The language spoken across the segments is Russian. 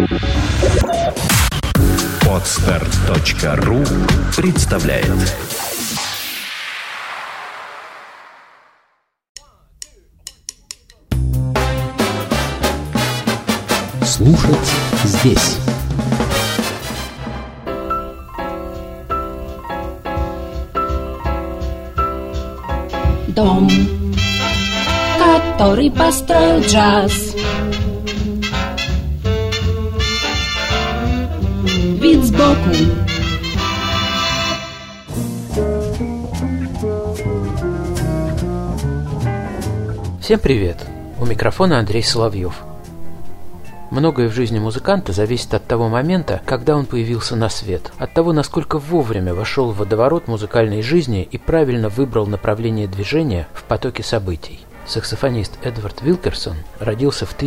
Podster.ru представляет. Слушать здесь. Дом, который построил джаз. Вид сбоку. Всем привет! У микрофона Андрей Соловьев. Многое в жизни музыканта зависит от того момента, когда он появился на свет, от того, насколько вовремя вошел в водоворот музыкальной жизни и правильно выбрал направление движения в потоке событий. Саксофонист Эдвард Уилкерсон родился в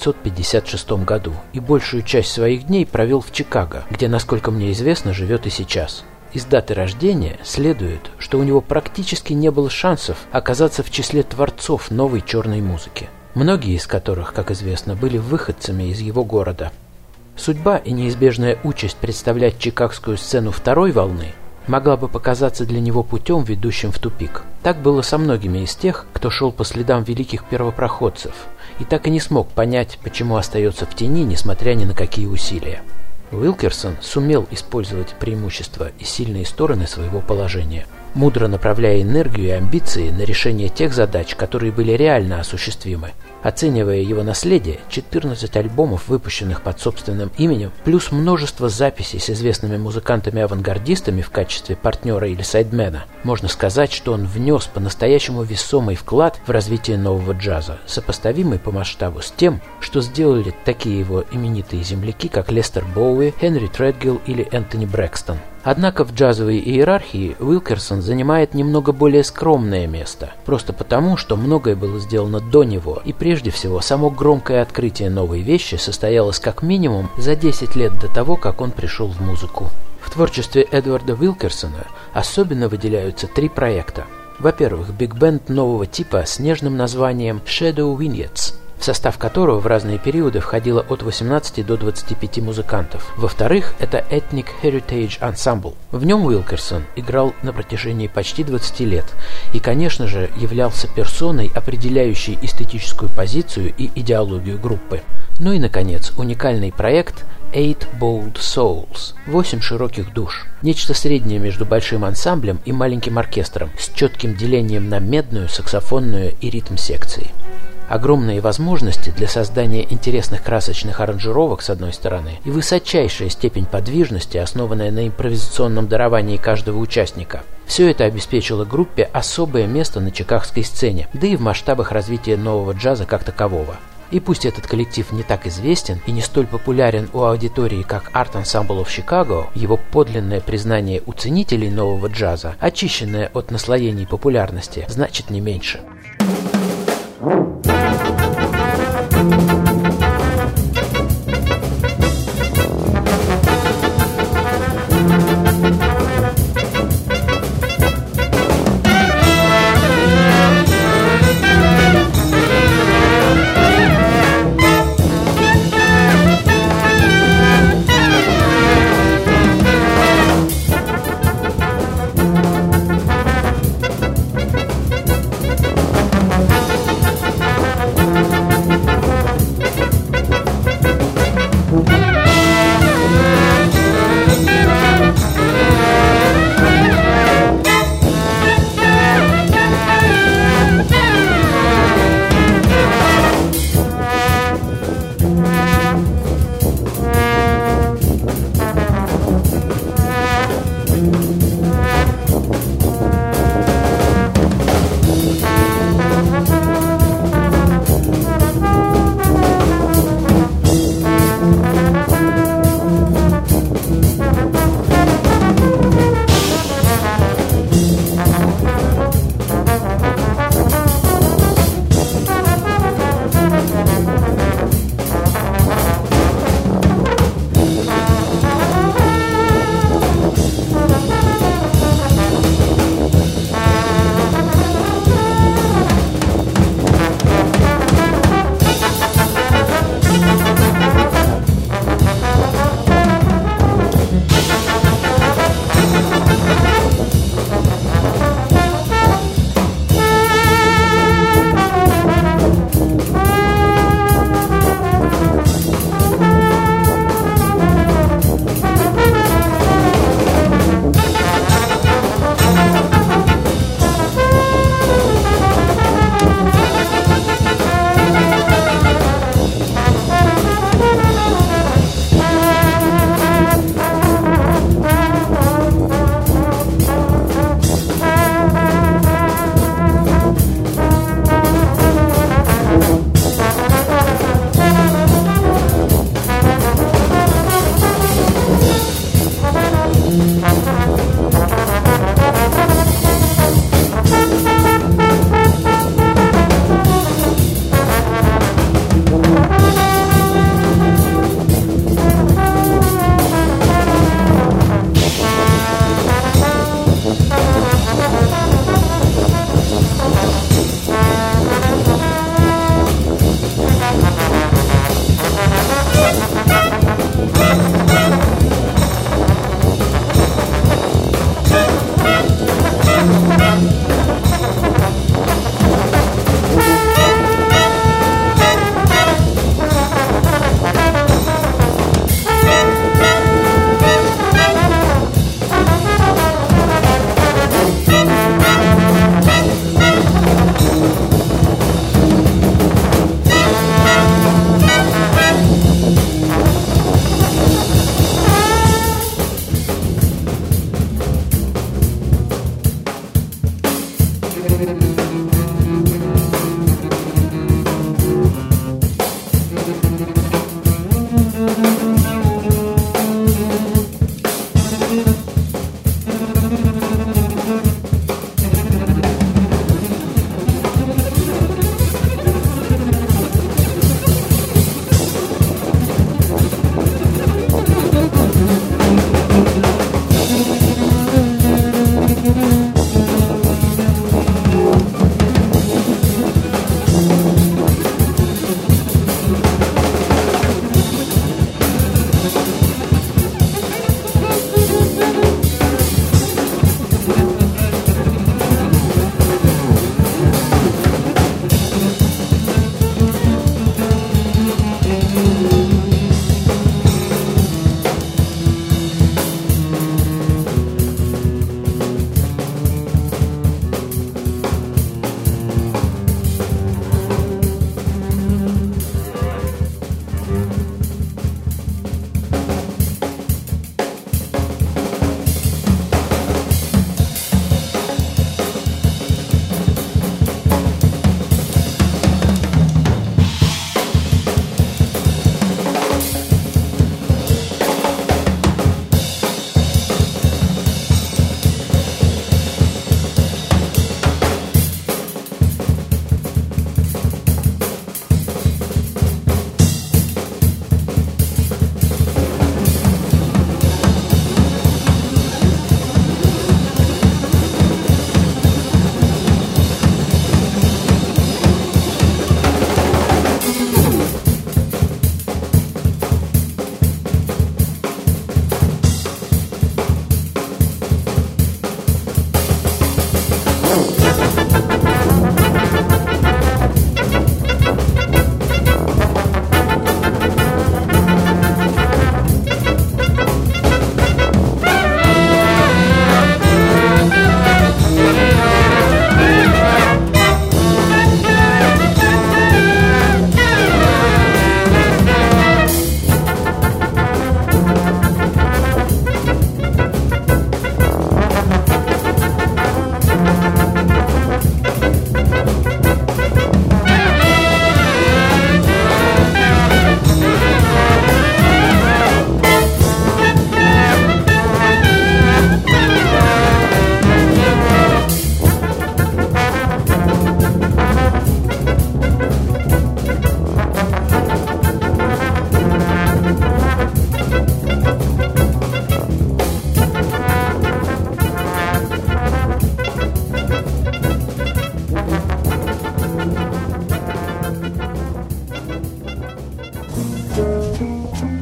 1956 году и большую часть своих дней провел в Чикаго, где, насколько мне известно, живет и сейчас. Из даты рождения следует, что у него практически не было шансов оказаться в числе творцов новой черной музыки, многие из которых, как известно, были выходцами из его города. Судьба и неизбежная участь представлять чикагскую сцену второй волны могла бы показаться для него путем, ведущим в тупик. Так было со многими из тех, кто шел по следам великих первопроходцев, и так и не смог понять, почему остается в тени, несмотря ни на какие усилия. Уилкерсон сумел использовать преимущества и сильные стороны своего положения, мудро направляя энергию и амбиции на решение тех задач, которые были реально осуществимы. Оценивая его наследие, 14 альбомов, выпущенных под собственным именем, плюс множество записей с известными музыкантами-авангардистами в качестве партнера или сайдмена, можно сказать, что он внес по-настоящему весомый вклад в развитие нового джаза, сопоставимый по масштабу с тем, что сделали такие его именитые земляки, как Лестер Боуи, Хенри Тредгилл или Энтони Брэкстон. Однако в джазовой иерархии Уилкерсон занимает немного более скромное место, просто потому, что многое было сделано до него, и прежде всего само громкое открытие новой вещи состоялось как минимум за 10 лет до того, как он пришел в музыку. В творчестве Эдварда Уилкерсона особенно выделяются 3 проекта. Во-первых, биг-бенд нового типа с нежным названием Shadow Vignettes, в состав которого в разные периоды входило от 18 до 25 музыкантов. Во-вторых, это Ethnic Heritage Ensemble. В нем Уилкерсон играл на протяжении почти 20 лет и, конечно же, являлся персоной, определяющей эстетическую позицию и идеологию группы. Ну и, наконец, уникальный проект Eight Bold Souls – 8 широких душ. Нечто среднее между большим ансамблем и маленьким оркестром с четким делением на медную, саксофонную и ритм-секции. Огромные возможности для создания интересных красочных аранжировок с одной стороны и высочайшая степень подвижности, основанная на импровизационном даровании каждого участника. Все это обеспечило группе особое место на чикагской сцене, да и в масштабах развития нового джаза как такового. И пусть этот коллектив не так известен и не столь популярен у аудитории, как Art Ensemble of Chicago, его подлинное признание у ценителей нового джаза, очищенное от наслоений популярности, значит не меньше.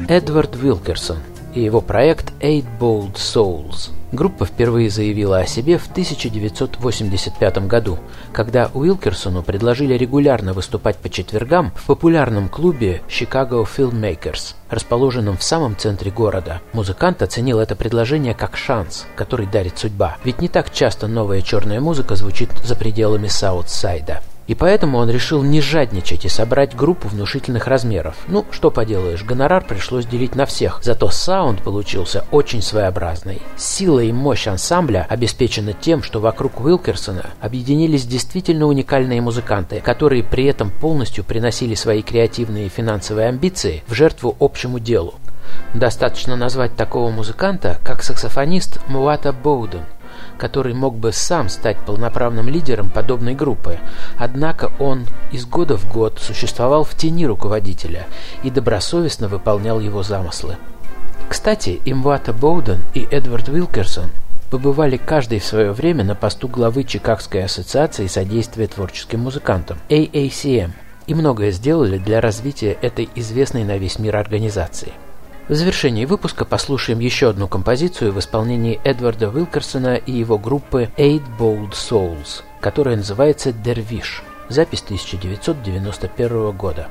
Эдвард Уилкерсон и его проект Eight Bold Souls. Группа впервые заявила о себе в 1985 году, когда Уилкерсону предложили регулярно выступать по четвергам в популярном клубе Chicago Filmmakers, расположенном в самом центре города. Музыкант оценил это предложение как шанс, который дарит судьба, ведь не так часто новая черная музыка звучит за пределами Саутсайда. И поэтому он решил не жадничать и собрать группу внушительных размеров. Ну, что поделаешь, гонорар пришлось делить на всех, зато саунд получился очень своеобразный. Сила и мощь ансамбля обеспечены тем, что вокруг Уилкерсона объединились действительно уникальные музыканты, которые при этом полностью приносили свои креативные и финансовые амбиции в жертву общему делу. Достаточно назвать такого музыканта, как саксофонист Муата Боуден, который мог бы сам стать полноправным лидером подобной группы. Однако он из года в год существовал в тени руководителя и добросовестно выполнял его замыслы. Кстати, и Муата Боуден, и Эдвард Уилкерсон побывали каждый в свое время на посту главы Чикагской ассоциации содействия творческим музыкантам AACM и многое сделали для развития этой известной на весь мир организации. В завершении выпуска послушаем еще одну композицию в исполнении Эдварда Уилкерсона и его группы Eight Bold Souls, которая называется «Dervish». Запись 1991 года.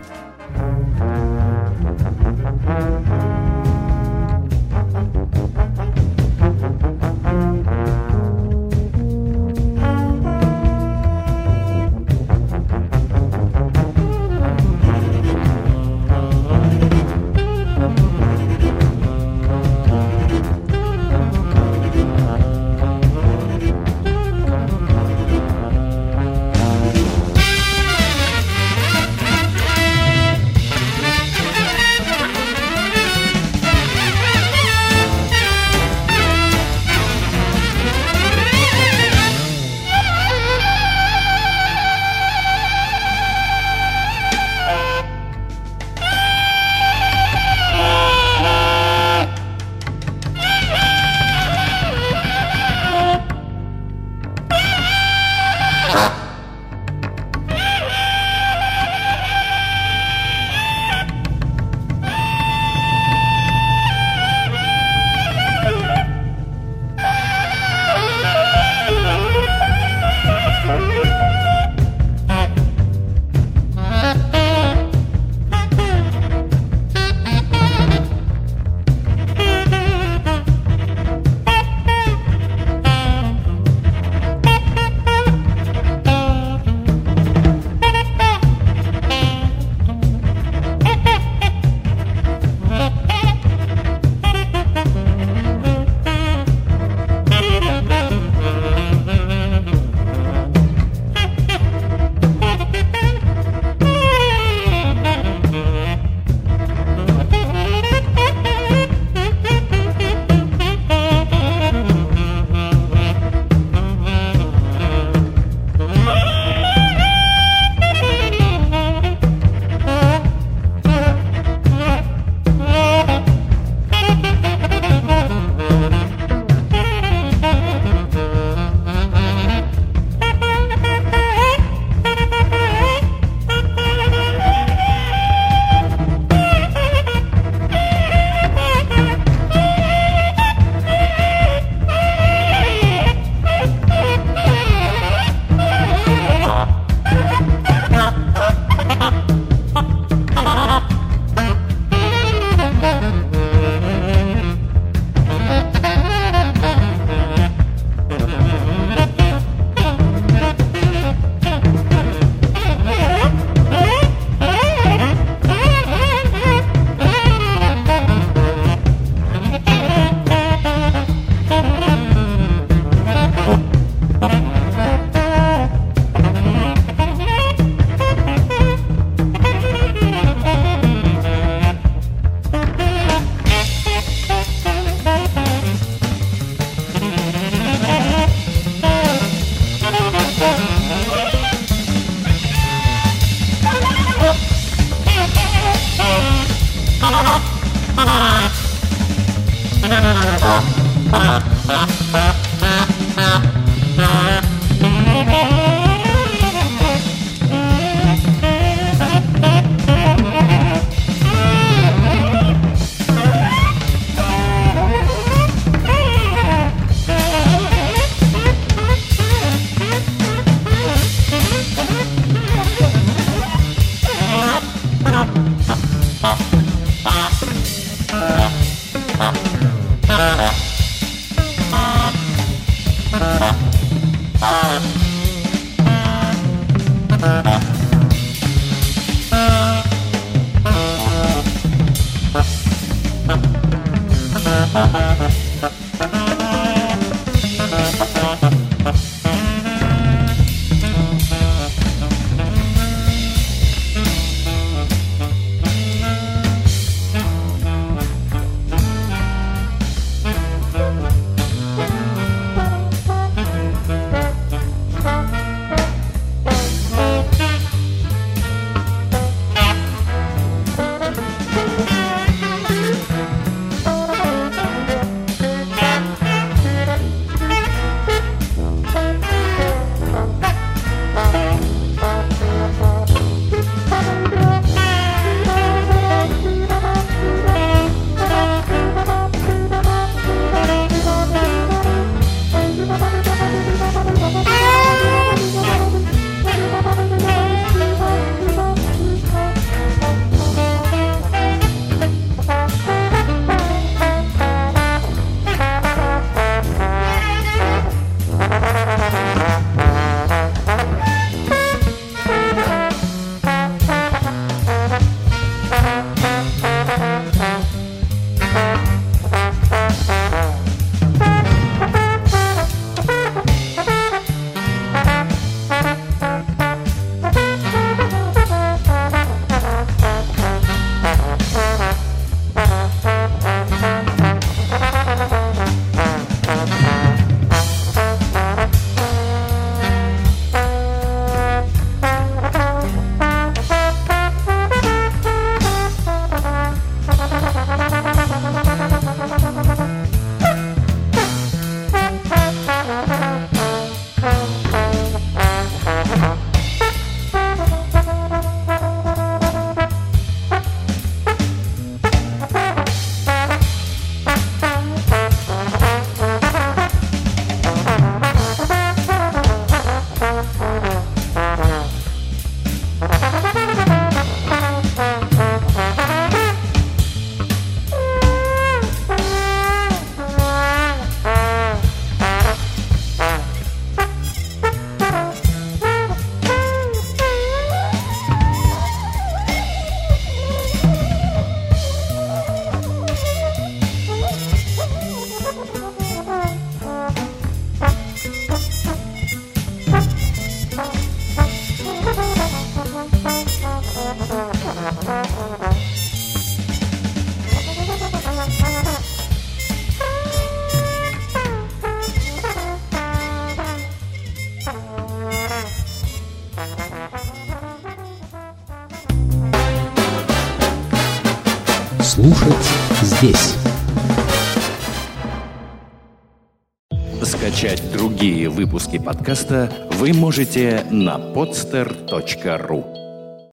Слушать здесь. Скачать другие выпуски подкаста вы можете на podster.ru.